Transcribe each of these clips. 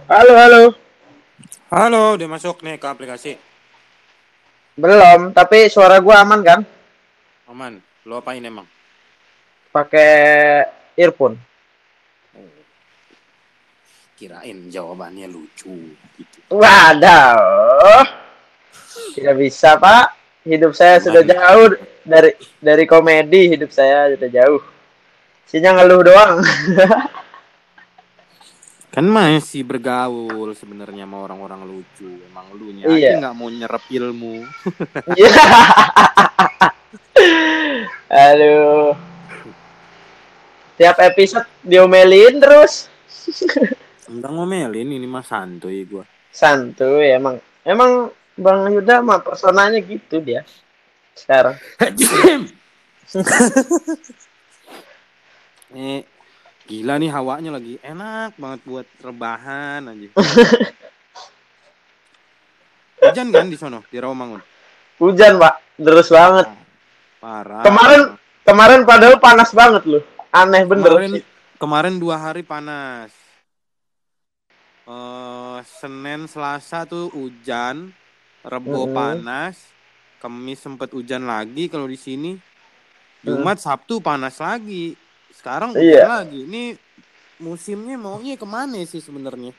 Halo, halo. Halo, udah masuk nih ke aplikasi. Belum, tapi suara gua aman kan? Aman. Lo apain emang? Pakai earphone. Oh, kirain jawabannya lucu gitu. Waduh. Tidak bisa, Pak. Hidup saya sudah Aman. jauh dari komedi, hidup saya sudah jauh. Sinya ngeluh doang. Kan masih bergaul sebenarnya sama orang-orang lucu. Emang lu nya aja Iya. nggak mau nyerap ilmu. Iya. Aduh. Tiap episode diomelin terus. Enggak ngomelin, ini mah santuy gua. Santuy emang. Emang Bang Yuda mah personanya gitu dia sekarang. Gila nih hawanya lagi enak banget buat rebahan aja. Hujan kan di sono, di Rawamangun? Hujan, Pak. Terus banget. Parah Kemarin emang. kemarin padahal panas banget loh. Aneh bener Kemarin sih. kemarin 2 hari panas. Senin Selasa tuh hujan, Rebo Mm-mm. panas, Kamis sempet hujan lagi kalau di sini. Mm. Jumat Sabtu panas lagi. Sekarang hujan Iya. lagi. Ini musimnya maunya kemana sih sebenarnya?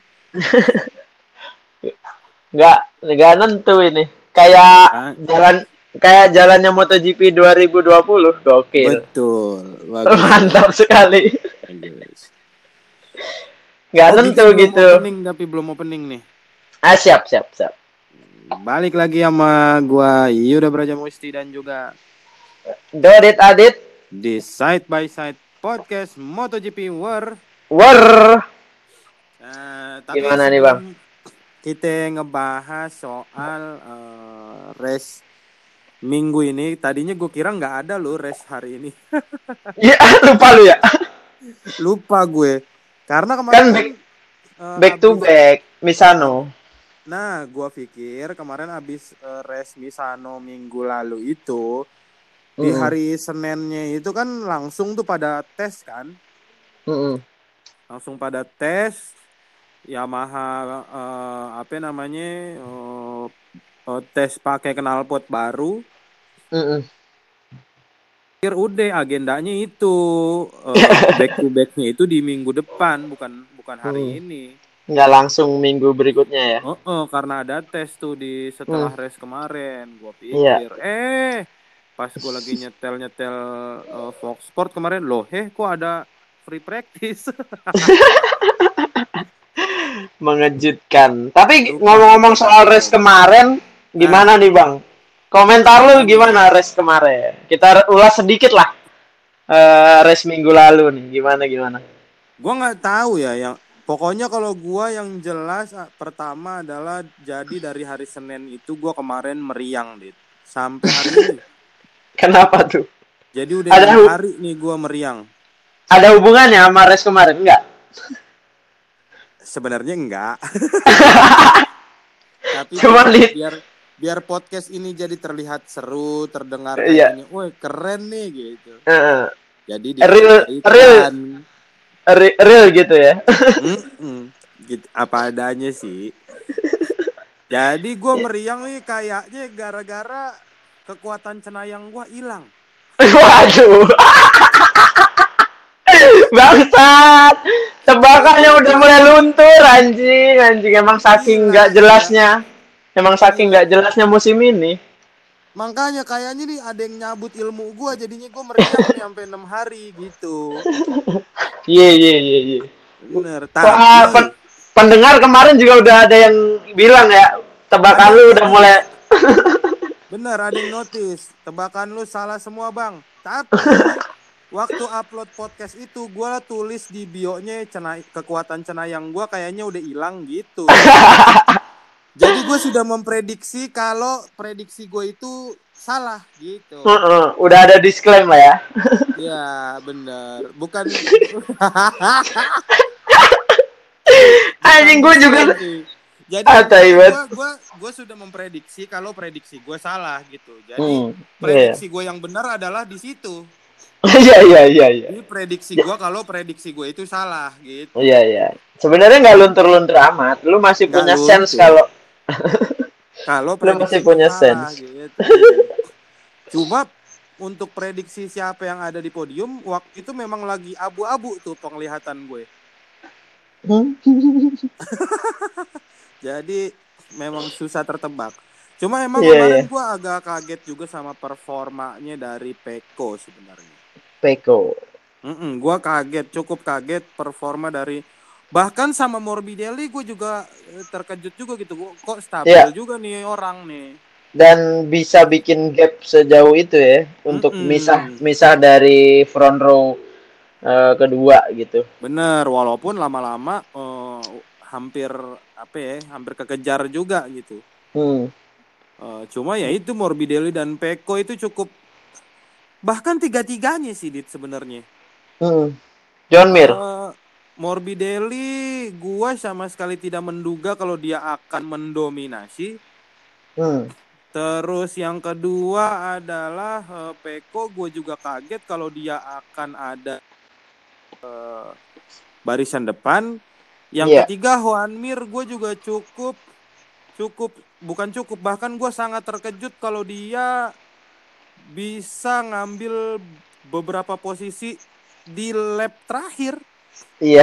Nggak nentu ini. Kayak Ah, jalan kayak jalannya MotoGP 2020. Gokil. betul, bagus Mantap bagus sekali. bagus. Nggak Oh nentu kita gitu. belum opening nih. Ah, siap, siap, siap. Balik lagi sama gua Yuda Braja Musti dan juga Dodit Adit. di Side by Side Podcast MotoGP War. War. Tapi Gimana nih, Bang? sebelum kita ngebahas soal race minggu ini, tadinya gue kira nggak ada loh race hari ini. Ya, lupa lu ya. Lupa gue, karena Kan kemarin kan back to abis, back Misano. nah gue pikir kemarin abis race Misano minggu lalu itu di Mm-mm. hari Seninnya itu kan langsung tuh pada tes kan, Mm-mm. langsung pada tes Yamaha apa namanya tes pakai knalpot baru. Mm-mm. Pikir udah agendanya itu back to backnya itu di minggu depan, bukan hari Mm. ini. Nggak langsung minggu berikutnya ya. Karena ada tes tuh di Mm. setelah race kemarin. Gue Iya. pikir pas gue lagi nyetel Fox Sport kemarin, loh kok ada free practice. Mengejutkan. Tapi Lupa ngomong-ngomong kita soal race belum. kemarin, Ah, gimana nih Bang? Komentar lu gimana nih? gimana race kemarin? Kita ulas sedikit lah race minggu lalu nih. Gimana gimana? Gue nggak tahu ya yang pokoknya kalau gue yang jelas pertama adalah jadi dari hari Senin itu gue kemarin meriang dit sampai hari ini. Kenapa tuh? Jadi udah Ada 6 hari nih gue meriang. ada hubungannya sama race kemarin? Enggak. Sebenarnya enggak. Tapi Cuma lihat. biar podcast ini jadi terlihat seru, terdengar kayak Iya. gini. Woi, keren nih gitu. Uh, Jadi real real dikait-kaitkan. real gitu ya. Gitu apa adanya sih. Jadi gue meriang nih kayaknya gara-gara kekuatan cenayang gue hilang. Waduh. Bangsat. Tebakannya udah Gila, mulai luntur anjing, anjing emang saking nggak gila. jelasnya. Emang saking Gila. nggak jelasnya musim ini. Makanya kayaknya nih ada yang nyabut ilmu gue, jadinya gue meriang nih sampai 6 hari gitu. Iya, iya, iya, iya. Bener, Wah, tapi pendengar kemarin juga udah ada yang bilang ya, tebakan ada lu yang udah mulai. notice. Bener, ada yang notice. Tebakan lu salah semua bang. Tapi waktu upload podcast itu gue tulis di bio-nya kekuatan cenayang gue kayaknya udah hilang gitu. Jadi gue sudah memprediksi kalau prediksi gue itu salah gitu. Udah ada disclaim lah ya. Ya bener, bukan bukan Anjing gue juga. disclaim sih. Jadi intinya Taibat. gue sudah memprediksi kalau prediksi gue salah gitu. Jadi Iya. prediksi gue yang benar adalah di situ. Iya. Ini prediksi gue kalau prediksi gue itu salah gitu. Iya. Sebenarnya nggak luntur-luntur amat. Lu masih Nggak punya sense luntur. kalau Kalau lu masih prediksi gue punya salah sense. gitu. Cuma untuk prediksi siapa yang ada di podium, waktu itu memang lagi abu-abu tuh penglihatan gue. Jadi memang susah tertebak. Cuma emang Iya. kemarin gue agak kaget juga sama performanya dari Peko sebenarnya. Peko. Gue cukup kaget performa dari bahkan sama Morbidelli gue juga terkejut juga gitu. Kok stabil Iya. juga nih orang nih. Dan bisa bikin gap sejauh itu ya untuk Mm-mm. misah dari front row kedua gitu. Bener, walaupun lama-lama hampir apa ya, hampir kekejar juga gitu. Hmm. Cuma ya itu Morbidelli dan Peko itu cukup bahkan tiga-tiganya sih Dit sebenarnya. Hmm. John Mir. Morbidelli gua sama sekali tidak menduga kalau dia akan mendominasi. Hmm. Terus yang kedua adalah Peko gue juga kaget kalau dia akan ada barisan depan. Yang Iya. ketiga Juan Mir gue juga cukup bukan cukup bahkan gue sangat terkejut kalau dia bisa ngambil beberapa posisi di lap terakhir. Iya.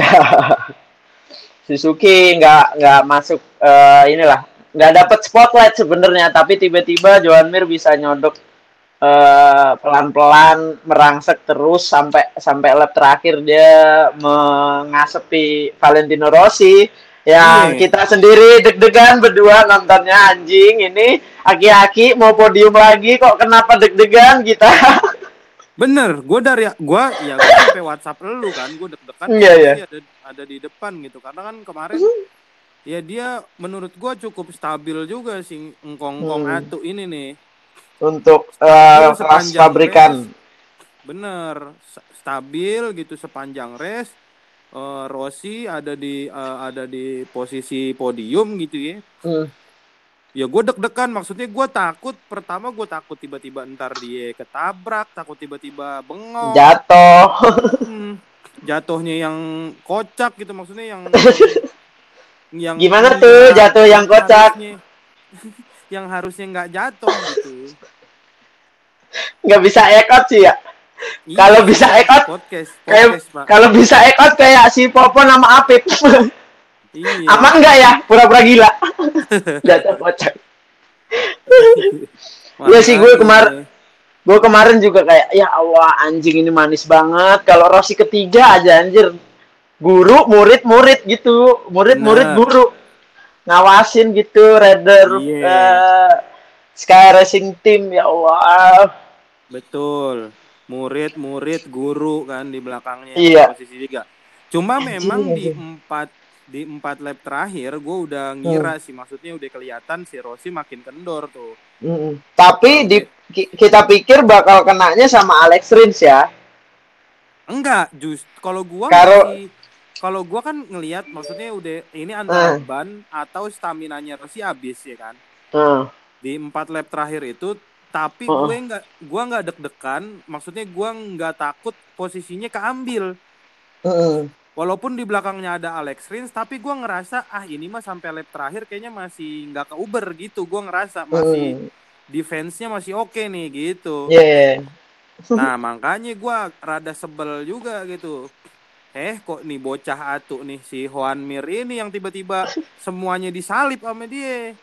Suzuki nggak masuk inilah nggak dapat spotlight sebenarnya tapi tiba-tiba Joan Mir bisa nyodok pelan-pelan merangsek terus sampai lap terakhir dia mengasepi Valentino Rossi yang Iya, kita sendiri deg-degan berdua nontonnya anjing ini aki-aki mau podium lagi kok kenapa deg-degan kita. bener. Gue sampai WhatsApp lu kan, gue deg-degan nih Iya ya. Rossi ada di depan gitu. Karena kan kemarin ya dia menurut gue cukup stabil juga sih engkong-engkong atu ini nih. Untuk Stabil kelas sepanjang race, pabrikan. bener stabil gitu sepanjang race. Rossi ada di posisi podium gitu ya. Hmm. Ya gue deg-degan, maksudnya gue takut tiba-tiba ntar dia ketabrak, takut tiba-tiba bengong. Jatuh. Jatuhnya yang kocak gitu, maksudnya yang Gimana tuh enggak, jatuh yang kocak? yang harusnya nggak jatuh gitu. Nggak bisa ekot sih ya. Kalau Iya, bisa ekot, kayak podcast Pak. kalau bisa ekot kayak si Popo nama Apip. Iya. Aman nggak ya? Pura-pura gila. Jatuh kocak. Iya sih Makanya. gue kemarin juga kayak ya Allah anjing ini manis banget. Kalau Rossi ketiga aja anjir. Guru murid gitu. Murid Bener. guru ngawasin gitu Raider Iya. Sky Racing Team ya Allah. Betul. Murid, guru kan di belakangnya yang di Iya. posisi 3. Cuma memang Anjing. di 4 lap terakhir gue udah Hmm. ngira sih, maksudnya udah kelihatan si Rossi makin kendor tuh. Tapi kita pikir bakal kenanya sama Alex Rins ya. Enggak, kalau gua Karo kalau gua kan ngelihat maksudnya udah ini antara ban atau staminanya Rossi habis ya kan. Di 4 lap terakhir itu, tapi gua nggak deg-degan, maksudnya gua nggak takut posisinya keambil. Walaupun di belakangnya ada Alex Rins, tapi gue ngerasa ini mah sampai lap terakhir kayaknya masih nggak keuber gitu. Gue ngerasa masih defense-nya masih oke nih gitu. Yeah. Nah makanya gue rada sebel juga gitu. Kok nih bocah atu nih si Juan Mir ini yang tiba-tiba semuanya disalip sama dia.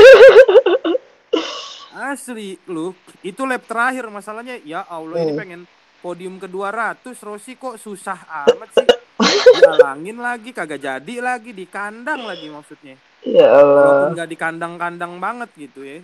Asli lu, itu lap terakhir masalahnya. Ya Allah ini pengen podium ke-200, Rossi kok susah amat sih. Dialangin lagi, kagak jadi lagi, di kandang lagi maksudnya. Ya Allah. Walaupun gak di kandang-kandang banget gitu ya.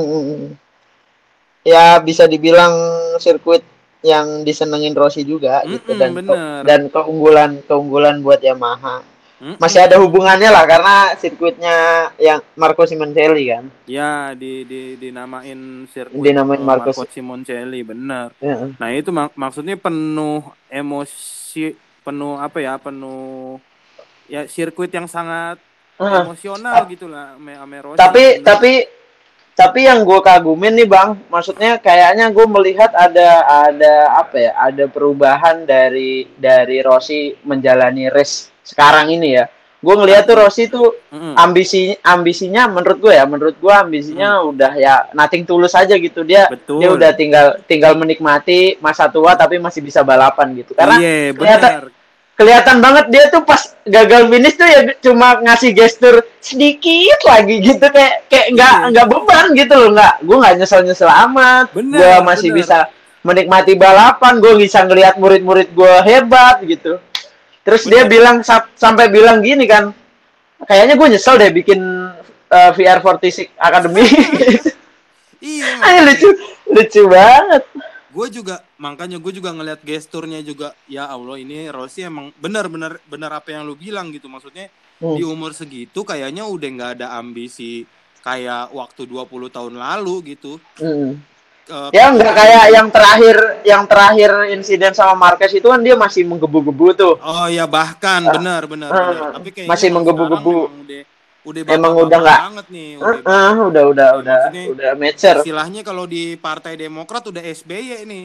Ya bisa dibilang sirkuit yang disenengin Rossi juga gitu dan keunggulan buat Yamaha. Masih ada hubungannya lah karena sirkuitnya yang Marco Simoncelli kan. Ya dinamain sirkuit Marco Simoncelli bener. Ya. Nah itu maksudnya penuh emosi, penuh apa ya, penuh ya sirkuit yang sangat emosional gitulah ame Rossi. Tapi Tapi yang gue kagumin nih Bang, maksudnya kayaknya gue melihat ada apa ya, ada perubahan dari Rossi menjalani race sekarang ini ya. Gue ngelihat tuh Rossi tuh ambisinya menurut gue ambisinya udah ya nothing tulus aja gitu. Dia udah tinggal menikmati masa tua tapi masih bisa balapan gitu. Karena kelihatan banget dia tuh pas gagal finish tuh ya cuma ngasih gestur sedikit lagi gitu, kayak nggak beban gitu loh, gue nggak nyesel amat, gue masih bisa menikmati balapan, gue bisa ngelihat murid-murid gue hebat gitu. Terus dia bilang sampai bilang gini kan, kayaknya gue nyesel deh bikin VR46 Academy. Iya, lucu banget. Makanya gue juga ngeliat gesturnya juga, ya Allah ini Rossi emang benar apa yang lu bilang gitu, maksudnya di umur segitu kayaknya udah nggak ada ambisi kayak waktu 20 tahun lalu gitu. Ya nggak kayak yang terakhir insiden sama Marquez itu kan dia masih menggebu-gebu tuh. Oh ya bahkan benar. Tapi kayaknya masih menggebu-gebu. Emang udah nggak banget nih. Udah mature. Istilahnya kalau di Partai Demokrat udah SBY nih.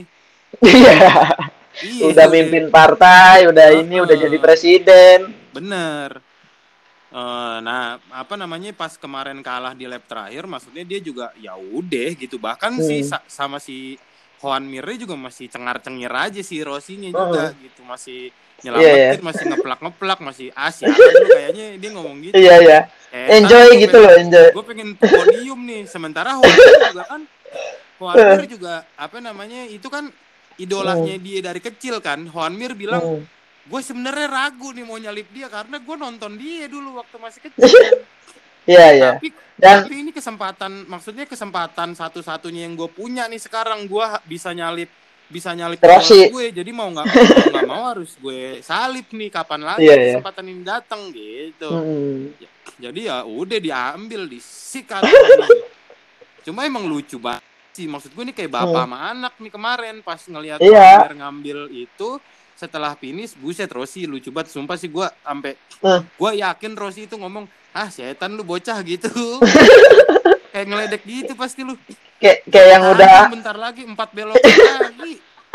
Iya. Udah mimpin partai, udah jadi presiden. Bener. Nah, apa namanya, pas kemarin kalah di lap terakhir, maksudnya dia juga ya udah gitu. Bahkan sama si Juan Mir juga masih cengar-cengir aja si Rossinya juga gitu, masih nyelamatin, masih ngeplak, masih Asia kan kayaknya dia ngomong gitu. Iya. Enjoy gitu loh, enjoy. Gue pengen podium nih, sementara Juan Mir juga kan, Juan Mir juga apa namanya, itu kan idolanya dia dari kecil kan. Juan Mir bilang, gue sebenarnya ragu nih mau nyalip dia karena gue nonton dia dulu waktu masih kecil. Iya. Tapi ini kesempatan satu-satunya yang gue punya nih sekarang, gue bisa nyalip gue, jadi mau nggak mau harus gue salip nih, kapan lagi kesempatan ini datang gitu. Jadi ya udah diambil, disikat. Cuma emang lucu banget sih, maksud gue nih kayak bapak sama anak nih kemarin pas ngelihat ngambil itu. Setelah finish, buset Rossi lucu banget, sumpah sih gue sampai gue yakin Rossi itu ngomong, setan lu bocah gitu. Kayak ngeledek gitu pasti lu. Kayak yang udah bentar lagi 4 belokan lagi.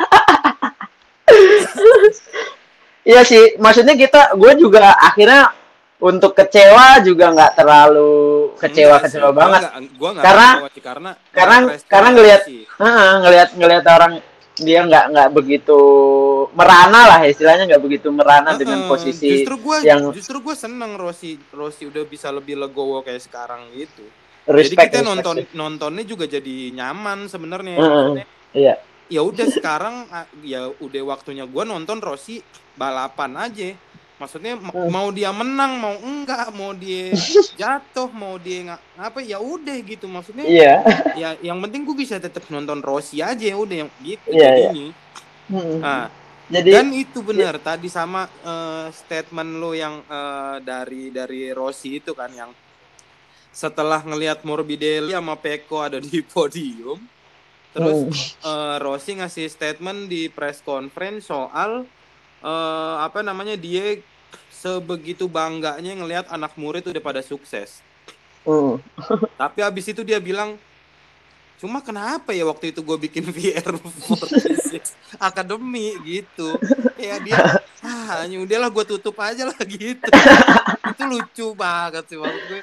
Iya sih, maksudnya gue juga akhirnya untuk kecewa juga nggak terlalu kecewa banget. Karena ngelihat orang dia nggak begitu merana lah, istilahnya nggak begitu merana dengan posisi justru gue seneng Rossi udah bisa lebih legowo kayak sekarang gitu. Respect, jadi kita nontonnya juga jadi nyaman sebenarnya. Iya. Ya udah sekarang ya udah waktunya gue nonton Rossi balapan aja. Maksudnya mau dia menang mau enggak, mau dia jatuh mau dia apa ya udah gitu, maksudnya. Ya yang penting gue bisa tetap nonton Rossi aja, udah yang gitu jadinya. Nah, dan itu benar tadi sama statement lo yang dari Rossi itu kan, yang setelah ngelihat Morbidelli sama Pecco ada di podium, terus Rossi ngasih statement di press conference soal apa namanya, dia sebegitu bangganya ngelihat anak murid udah pada sukses. Tapi abis itu dia bilang, cuma kenapa ya waktu itu gue bikin VR46 Academy gitu. Ya dia, udahlah gue tutup aja lah gitu. Itu lucu banget sih maksud gue.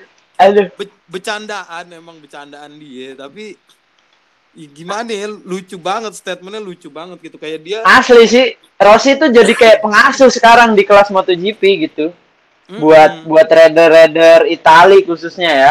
Bercandaan dia, tapi gimana ya, lucu banget statementnya, lucu banget gitu, kayak dia asli sih. Rossi tuh jadi kayak pengasuh sekarang di kelas MotoGP gitu. Buat rider Itali khususnya ya.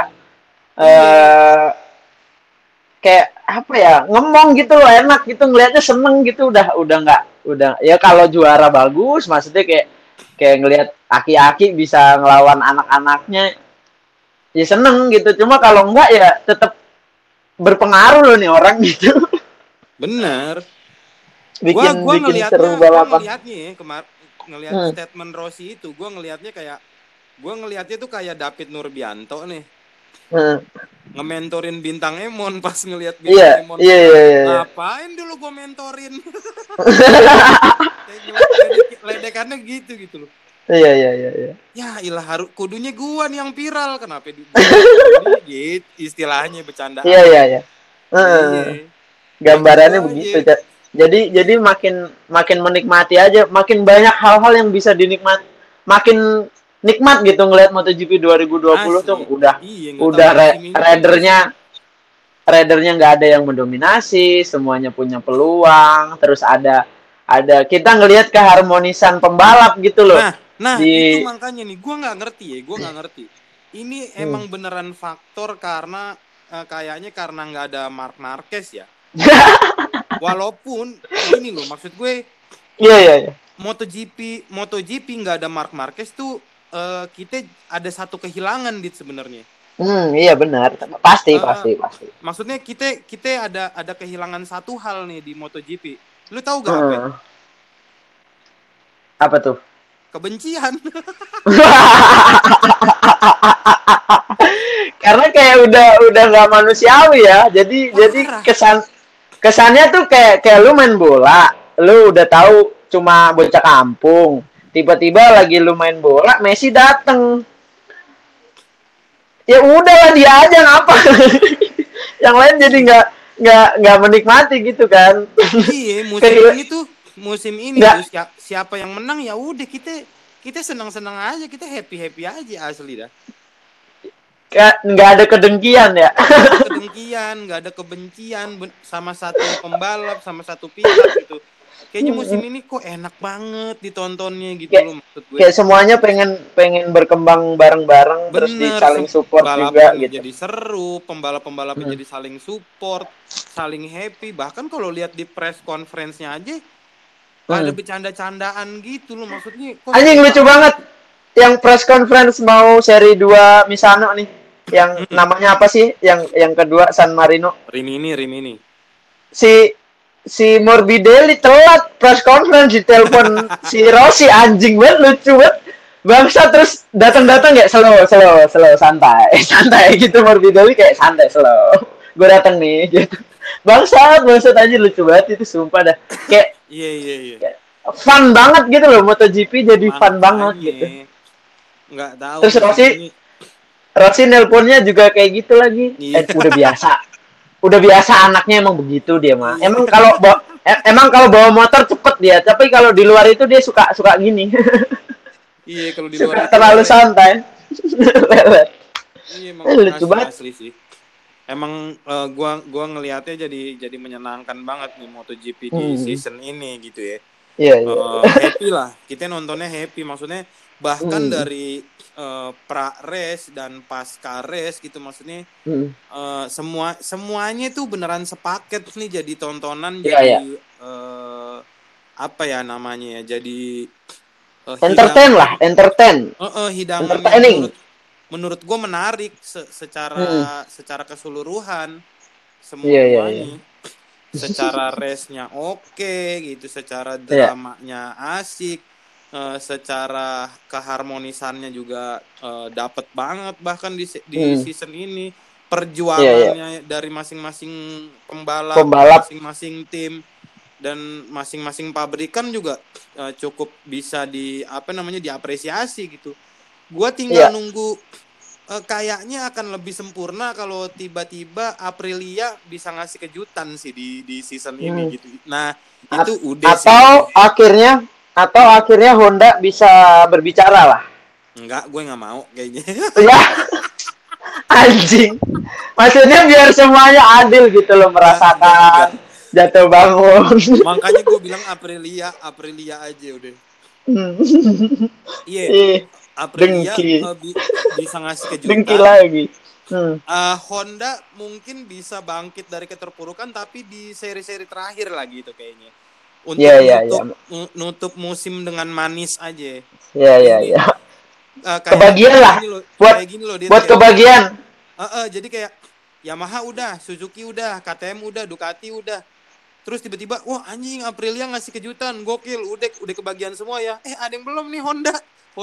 Kayak apa ya, ngomong gitu loh, enak gitu ngelihatnya, seneng gitu, udah ya kalau juara bagus, maksudnya kayak ngelihat aki-aki bisa ngelawan anak-anaknya ya seneng gitu. Cuma kalau enggak ya tetap berpengaruh loh nih orang gitu. Bener. bikin seru balapan. Ngelihat statement Rossi itu, gue ngelihatnya tuh kayak David Nurbianto nih. Ngementorin Bintang Emon pas ngelihat Bintang Emon. Ngapain dulu gue mentorin? Ledekannya gitu loh. Iya. Ya ilah kudunya gua nih yang viral, kenapa di gitu istilahnya bercandaan. Iya. Iya. Ya gitu Gambarannya begitu. aja. Jadi makin menikmati aja, makin banyak hal-hal yang bisa dinikmati, makin nikmat gitu ngelihat MotoGP 2020 tuh Asli. Iya, nggak tahu udah musim ini kenapa sih. ridernya nggak ada yang mendominasi, semuanya punya peluang, terus ada kita ngelihat keharmonisan pembalap gitu loh. Nah itu Di makanya nih gue nggak ngerti. Ini emang beneran faktor karena kayaknya karena nggak ada Marc Marquez ya. Walaupun gini loh, maksud gue Iya. MotoGP nggak ada Marc Marquez tuh kita ada satu kehilangan sebenarnya. Iya benar. Pasti. Maksudnya kita ada kehilangan satu hal nih di MotoGP. Lu tahu gak apa? Apa tuh? Kebencian. Karena kayak udah nggak manusiawi ya. Jadi kesannya tuh kayak lu main bola, lu udah tahu cuma bocah kampung. Tiba-tiba lagi lu main bola, Messi dateng. Ya udahlah dia aja ngapa. Yang lain jadi nggak menikmati gitu kan. Iya, musim ini tuh siapa yang menang ya udah kita senang-senang aja, kita happy aja asli dah. Nggak ada kedengkian ya. Nggak ada kebencian sama satu pembalap, sama satu pihak gitu. Kayaknya musim ini kok enak banget ditontonnya gitu loh, maksud gue. Kayak semuanya pengen berkembang bareng-bareng, terus saling support juga gitu. Jadi seru, pembalap-pembalapnya jadi saling support, saling happy. Bahkan kalau lihat di press conference-nya aja ada bercanda-candaan gitu loh, maksudnya. Anjing lucu banget. Yang press conference mau seri 2 Misano nih. Yang namanya apa sih? Yang kedua San Marino. Rimini. Si Morbidelli telat press conference, di telepon si Rossi, anjing banget, lucu banget. Bangsa terus datang ya slow santai gitu. Morbidelli kayak santai slow. Gue datang nih gitu. Bangsat aja, lucu banget itu sumpah dah. Kayak Iya. Fun banget gitu loh, MotoGP jadi fun banget gitu. Nggak tahu. Terus Rossi nelponnya juga kayak gitu lagi. Udah biasa anaknya emang begitu dia mah. Emang kalau bawa motor cepet dia, tapi kalau di luar itu dia suka gini. Iya, kalau di luar itu terlalu santai. Iya, emang lucu banget asli sih. Emang gua ngelihatnya jadi menyenangkan banget nih MotoGP di season ini gitu ya. Iya. Happy lah, kita nontonnya happy, maksudnya bahkan dari pra race dan pasca race gitu, maksudnya semuanya tuh beneran sepaket nih jadi tontonan. Jadi apa ya namanya ya, jadi entertain. Hidangan menurut gue menarik secara keseluruhan semuanya. Secara race-nya oke gitu, secara dramanya asik, secara keharmonisannya juga dapet banget. Bahkan di season ini perjuangannya dari masing-masing pembalap, masing-masing tim dan masing-masing pabrikan juga cukup bisa diapresiasi gitu. Gua tinggal nunggu, kayaknya akan lebih sempurna kalau tiba-tiba Aprilia bisa ngasih kejutan sih di season ini gitu. Nah, itu udah atau akhirnya Honda bisa berbicara lah. Enggak, gue nggak mau kayaknya. Ya. Anjing. Maksudnya biar semuanya adil gitu loh, merasakan jatuh bangun. Makanya gue bilang Aprilia aja udah. Iya. Aprilia bisa ngasih kejutan. Dengki lagi. Honda mungkin bisa bangkit dari keterpurukan, tapi di seri-seri terakhir lagi itu kayaknya. Untuk nutup musim dengan manis aja. Iya. Kebagian lah. Buat kebagian. Jadi kayak Yamaha udah, Suzuki udah, KTM udah, Ducati udah. Terus tiba-tiba, wah anjing, Aprilia ngasih kejutan, gokil, udah kebagian semua ya. Ada yang belum nih Honda.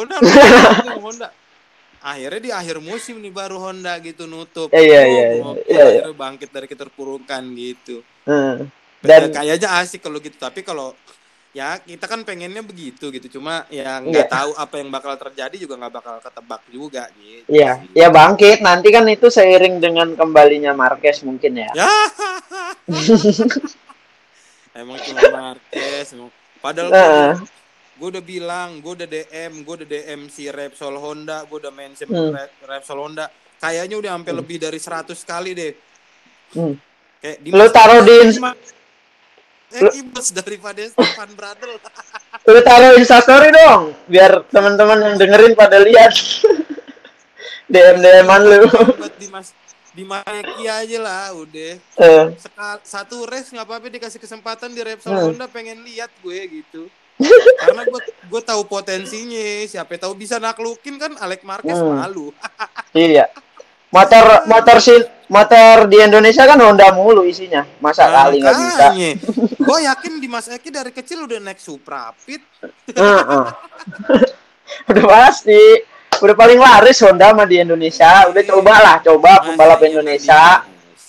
Akhirnya di akhir musim nih baru Honda gitu nutup. Akhirnya bangkit dari keterpurukan gitu. Dan kayaknya asik kalau gitu. Tapi kalau Ya kita kan pengennya begitu gitu, cuma ya nggak tahu apa yang bakal terjadi juga nggak bakal ketebak juga gitu. Iya, Sih. ya bangkit nanti kan itu seiring dengan kembalinya Marquez mungkin ya. Ya. Emang cuma Marquez. Padahal gue udah bilang, gue udah DM si Repsol Honda, gue udah mention Repsol Honda. Kayaknya udah sampai lebih dari 100 kali deh. Kayak lu taruh di Ekibus daripada Stefan Bradl. Lu taruh Instastory dong, biar teman-teman yang dengerin pada lihat. DM-an lu. Buat di Maeki aja lah, udah. Satu race nggak apa-apa dikasih kesempatan di Repsol Honda, pengen lihat gue gitu. Karena gue tahu potensinya, siapa tahu bisa naklukin kan. Alex Marquez malu. Iya. Motor di Indonesia kan Honda mulu isinya. Masa kali nggak bisa. Gue yakin di Mas Eki dari kecil udah naik Supra Pit. Udah pasti. Udah paling laris Honda mah di Indonesia. Udah coba pembalap Indonesia.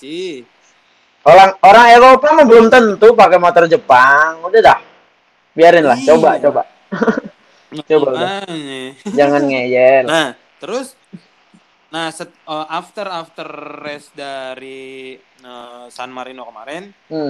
Orang Eropa mah belum tentu pakai motor Jepang. Udah dah. Biarin lah, coba. Coba udah. Jangan ngeyel. Nah, terus after race dari San Marino kemarin,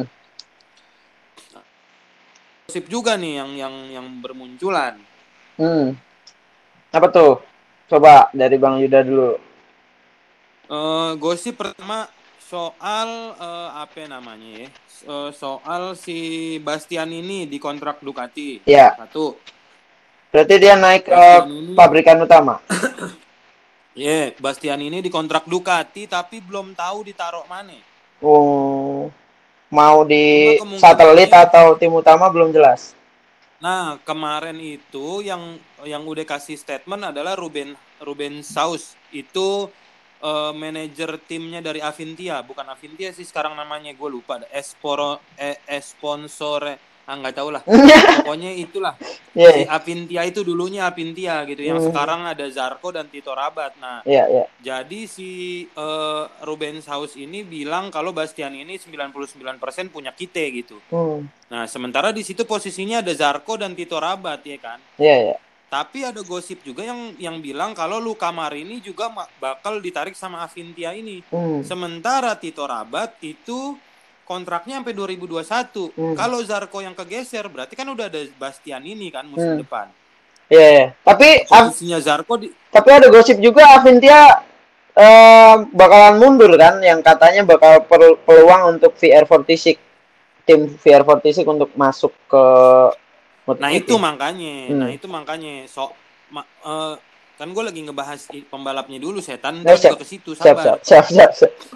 gosip juga nih yang bermunculan. Apa tuh? Coba dari Bang Yuda dulu. Gosip pertama soal apa namanya ya? Soal si Bastian ini di kontrak Ducati. Iya. Satu. Berarti dia naik ke pabrikan utama. Iya, Bastian ini di kontrak Ducati tapi belum tahu ditaruh mana. Oh. Mau di satelit atau tim utama belum jelas. Nah, kemarin itu yang udah kasih statement adalah Ruben Saus. Itu manajer timnya dari Avintia, bukan Avintia sih sekarang namanya, gue lupa. Sponsor nggak tahu lah. Pokoknya itulah. Si Avintia itu dulunya Avintia gitu. Yang sekarang ada Zarco dan Tito Rabat. Nah, jadi si Ruben Saus ini bilang kalau Bastian ini 99% punya kita gitu. Nah, sementara di situ posisinya ada Zarco dan Tito Rabat ya kan. Iya. Tapi ada gosip juga yang bilang kalau Luca Marini juga bakal ditarik sama Avintia ini. Sementara Tito Rabat itu kontraknya sampai 2021. Kalau Zarco yang kegeser berarti kan udah ada Bastian ini kan musim depan. Iya. Tapi posisinya Zarco tapi ada gosip juga Avintia bakalan mundur kan, yang katanya bakal peluang untuk VR46, tim VR46 untuk masuk ke itu makanya kan gue lagi ngebahas pembalapnya dulu, setan juga ke situ, sabar. Siap.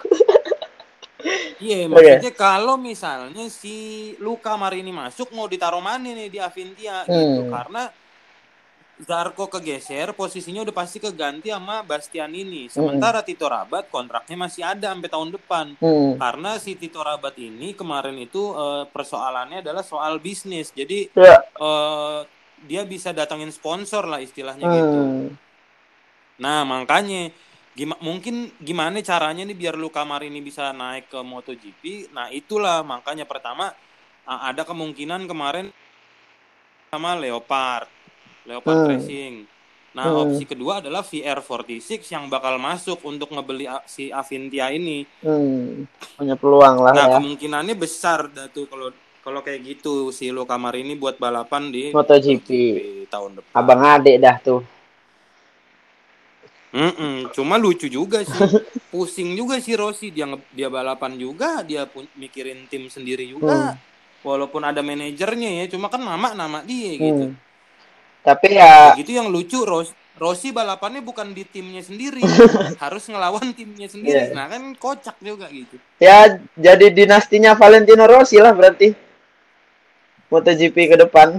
Iya, maksudnya kalau misalnya si Luca Marini masuk mau ditaruh mana nih di Avintia gitu, karena Zarco kegeser, posisinya udah pasti keganti sama Bastian ini. Sementara Tito Rabat kontraknya masih ada sampai tahun depan. Karena si Tito Rabat ini kemarin itu persoalannya adalah soal bisnis. Jadi dia bisa datangin sponsor lah istilahnya gitu. Nah, makanya gimana caranya nih biar Luca Marini bisa naik ke MotoGP. Nah, itulah makanya pertama ada kemungkinan kemarin sama Leopard Racing. Nah, opsi kedua adalah VR46 yang bakal masuk untuk ngebeli si Avintia ini. Punya peluang lah. Nah, kemungkinannya besar dah tuh kalau kayak gitu si Luca Marini buat balapan di MotoGP tahun depan. Abang adik dah tuh. Cuma lucu juga sih. Pusing juga si Rossi, dia balapan juga, dia mikirin tim sendiri juga. Walaupun ada manajernya ya, cuma kan nama dia gitu. Tapi ya begitu yang lucu, Rossi balapannya bukan di timnya sendiri, harus ngelawan timnya sendiri. Nah kan kocak juga gitu. Ya jadi dinastinya Valentino Rossi lah berarti MotoGP ke depan.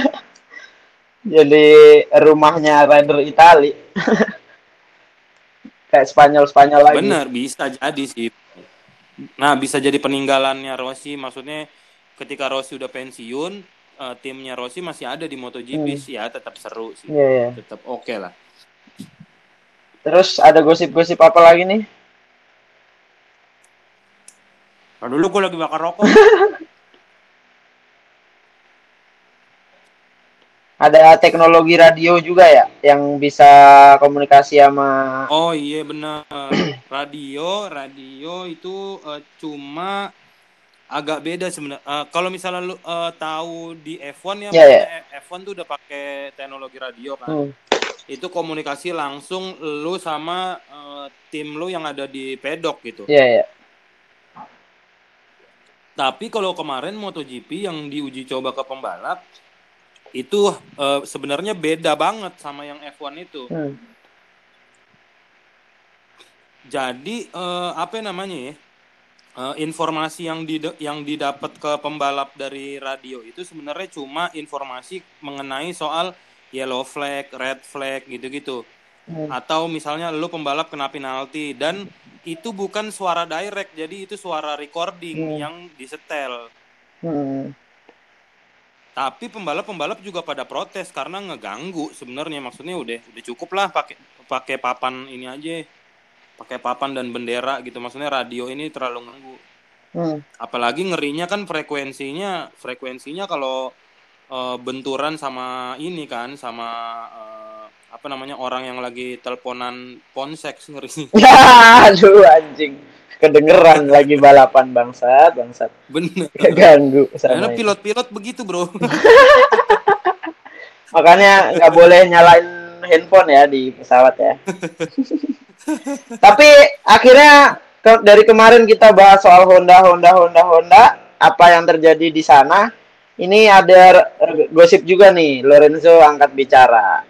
Jadi rumahnya rider Itali. Kayak Spanyol lagi. Bener, bisa jadi sih. Nah, bisa jadi peninggalannya Rossi. Maksudnya ketika Rossi udah pensiun, timnya Rossi masih ada di MotoGP sih ya, tetap seru sih. Tetap oke lah. Terus ada gosip-gosip apa lagi nih? Dulu gue lagi bakar rokok. ada teknologi radio juga ya yang bisa komunikasi sama. Oh iya benar. Radio itu cuma agak beda sebenarnya. Kalau misalnya lu tahu di F1 ya, maksudnya F1 tuh udah pakai teknologi radio kan. Itu komunikasi langsung lu sama tim lu yang ada di pedok gitu. Iya. Tapi kalau kemarin MotoGP yang diuji coba ke pembalap itu sebenarnya beda banget sama yang F1 itu. Jadi apa namanya ya? Informasi yang didapat ke pembalap dari radio itu sebenarnya cuma informasi mengenai soal yellow flag, red flag gitu-gitu. Atau misalnya lu pembalap kena penalti dan itu bukan suara direct, jadi itu suara recording yang disetel. Tapi pembalap juga pada protes karena ngeganggu sebenarnya. Maksudnya udah cukup lah pakai papan ini aja. Pakai papan dan bendera gitu. Maksudnya radio ini terlalu ganggu. Apalagi ngerinya kan frekuensinya kalau benturan sama ini kan, sama apa namanya, orang yang lagi teleponan ponseks, ngeri. Aduh anjing, kedengeran lagi balapan bangsat. Bener. Keganggu sama. Karena pilot begitu bro. Makanya nggak boleh nyalain handphone ya di pesawat ya. Tapi akhirnya dari kemarin kita bahas soal Honda. Apa yang terjadi di sana? Ini ada gosip juga nih, Lorenzo angkat bicara.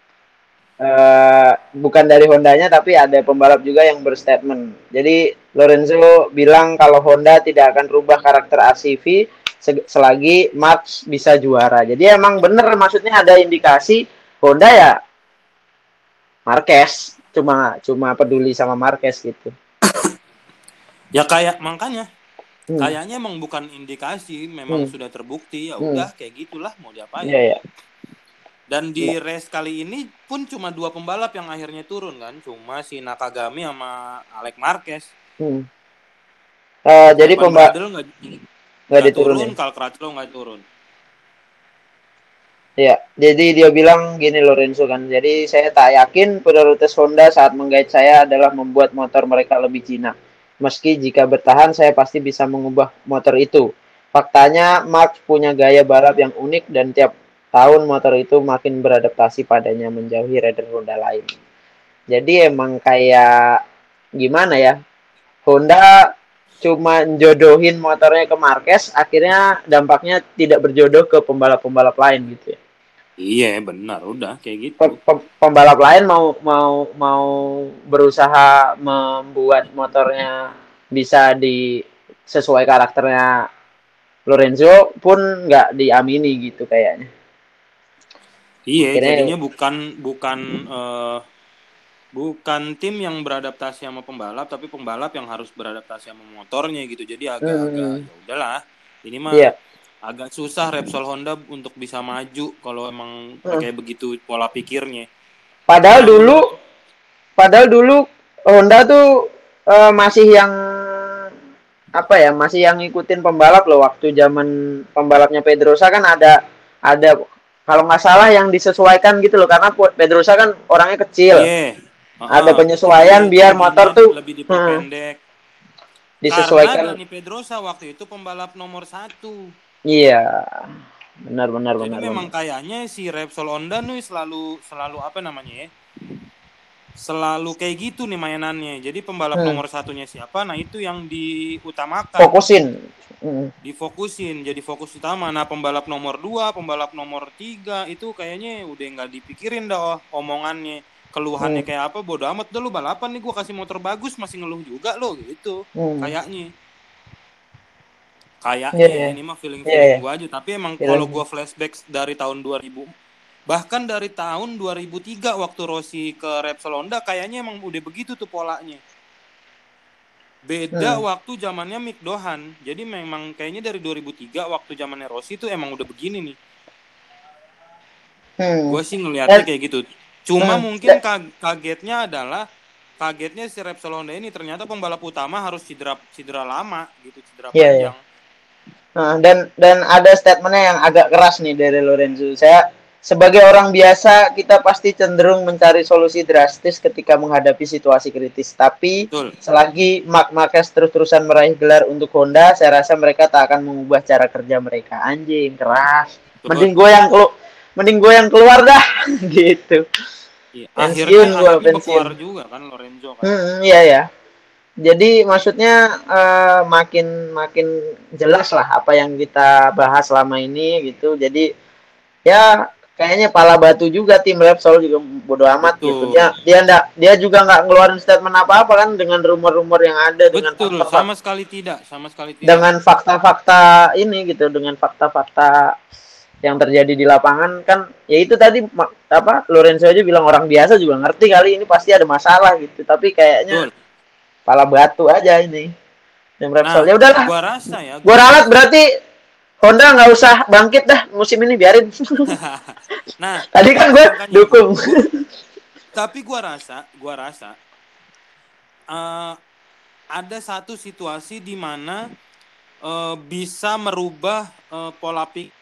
Bukan dari Hondanya, tapi ada pembalap juga yang berstatement. Jadi Lorenzo bilang kalau Honda tidak akan rubah karakter RCV selagi Marx bisa juara. Jadi emang bener, maksudnya ada indikasi Honda ya Marquez, cuma peduli sama Marquez gitu. Ya kayak makanya kayaknya emang bukan indikasi, memang sudah terbukti. Ya udah kayak gitulah, mau diapain. Iya. Dan di race kali ini pun cuma 2 pembalap yang akhirnya turun kan, cuma si Nakagami sama Alex Marquez. Jadi pembalap nggak diturun, Karl Crutchlow nggak turun. Ya, jadi dia bilang gini Lorenzo kan, jadi saya tak yakin prioritas Honda saat menggait saya adalah membuat motor mereka lebih jinak. Meski jika bertahan, saya pasti bisa mengubah motor itu. Faktanya, Marx punya gaya balap yang unik dan tiap tahun motor itu makin beradaptasi padanya, menjauhi rider Honda lain. Jadi emang kayak gimana ya, Honda cuma jodohin motornya ke Marquez, akhirnya dampaknya tidak berjodoh ke pembalap-pembalap lain gitu ya. Iya benar, udah kayak gitu. Pembalap lain mau berusaha membuat motornya bisa sesuai karakternya Lorenzo pun nggak diamini gitu kayaknya. Iya, jadinya bukan tim yang beradaptasi sama pembalap, tapi pembalap yang harus beradaptasi sama motornya gitu. Jadi agak-agak ya udahlah. Ini mah agak susah Repsol Honda untuk bisa maju kalau emang kayak begitu pola pikirnya. Padahal dulu Honda tuh masih yang masih yang ngikutin pembalap loh. Waktu zaman pembalapnya Pedrosa kan ada kalau nggak salah yang disesuaikan gitu loh, karena Pedrosa kan orangnya kecil. Ada penyesuaian biar motor tuh lebih diperpendek. Disesuaikan. Karena Dani Pedrosa waktu itu pembalap nomor 1. Iya, benar. Jadi memang kayaknya si Repsol Honda nih selalu apa namanya ya? Selalu kayak gitu nih mainannya. Jadi pembalap nomor 1-nya siapa, nah itu yang diutamakan. Difokusin, jadi fokus utama. Nah pembalap nomor 2, pembalap nomor 3 itu kayaknya udah nggak dipikirin dah omongannya. Keluhannya kayak apa, bodo amat dah lu balapan nih, gue kasih motor bagus masih ngeluh juga lo gitu. Kayaknya ini mah feeling gue aja. Tapi emang kalau gue flashback dari tahun 2000, bahkan dari tahun 2003 waktu Rossi ke Repsol Honda, kayaknya emang udah begitu tuh polanya. Beda waktu zamannya Mick Dohan. Jadi memang kayaknya dari 2003 waktu zamannya Rossi tuh emang udah begini nih. Gue sih ngelihatnya kayak gitu. Cuma mungkin kagetnya si Repsol Honda ini ternyata pembalap utama harus cedera lama gitu, cedera panjang. Nah, dan ada statementnya yang agak keras nih dari Lorenzo. sebagai orang biasa kita pasti cenderung mencari solusi drastis ketika menghadapi situasi kritis. Tapi Betul. selagi Marc Marquez terus-terusan meraih gelar untuk Honda, saya rasa mereka tak akan mengubah cara kerja mereka. Anjing keras. Mending gue yang keluar dah gitu. Iya. Pensiun gue pensiun. Keluar juga kan Lorenzo kan. Iya ya. Jadi maksudnya makin jelas lah apa yang kita bahas selama ini gitu. Jadi ya kayaknya pala batu juga tim Repsol juga bodo amat. Betul. Gitu. Dia juga nggak ngeluarin statement apa-apa kan dengan rumor-rumor yang ada. Betul, dengan sama sekali tidak. Dengan fakta-fakta ini gitu, dengan fakta-fakta yang terjadi di lapangan kan ya itu tadi apa Lorenzo aja bilang orang biasa juga ngerti kali ini pasti ada masalah gitu. Tapi kayaknya pala batu aja ini. Tim Repsol. Ya udahlah. Gua ralat berarti Honda nggak usah bangkit dah musim ini, biarin. Nah, tadi kan gue dukung. Tapi gue rasa ada satu situasi di mana bisa merubah pola pikir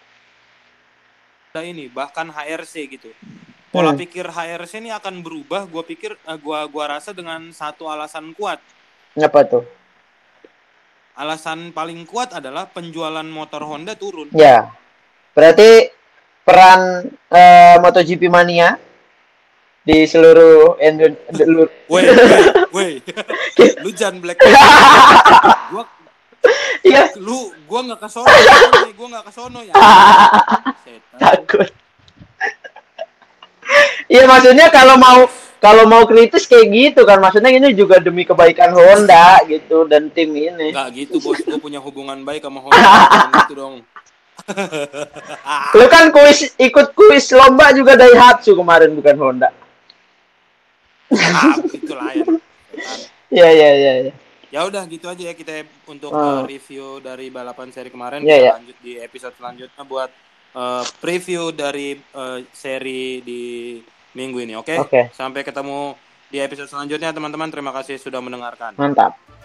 ini, bahkan HRC gitu. Pola pikir HRC ini akan berubah. Gue pikir, gue rasa dengan satu alasan kuat. Apa tuh? Alasan paling kuat adalah penjualan motor Honda turun. Ya, berarti peran MotoGP Mania di seluruh Woi, lu jangan black. Gua, iya. Gua nggak kesono ya. Takut. Iya maksudnya kalau mau kritis kayak gitu kan, maksudnya ini juga demi kebaikan Honda gitu dan tim ini. Nggak gitu bos, gue punya hubungan baik sama Honda gitu dong. Lu kan ikut kuis lomba juga Daihatsu kemarin bukan Honda. Itu lain. Iya. Ya udah gitu aja ya kita untuk review dari balapan seri kemarin. Kita lanjut di episode selanjutnya buat preview dari seri di minggu ini. Oke? Sampai ketemu di episode selanjutnya teman-teman. Terima kasih sudah mendengarkan. Mantap.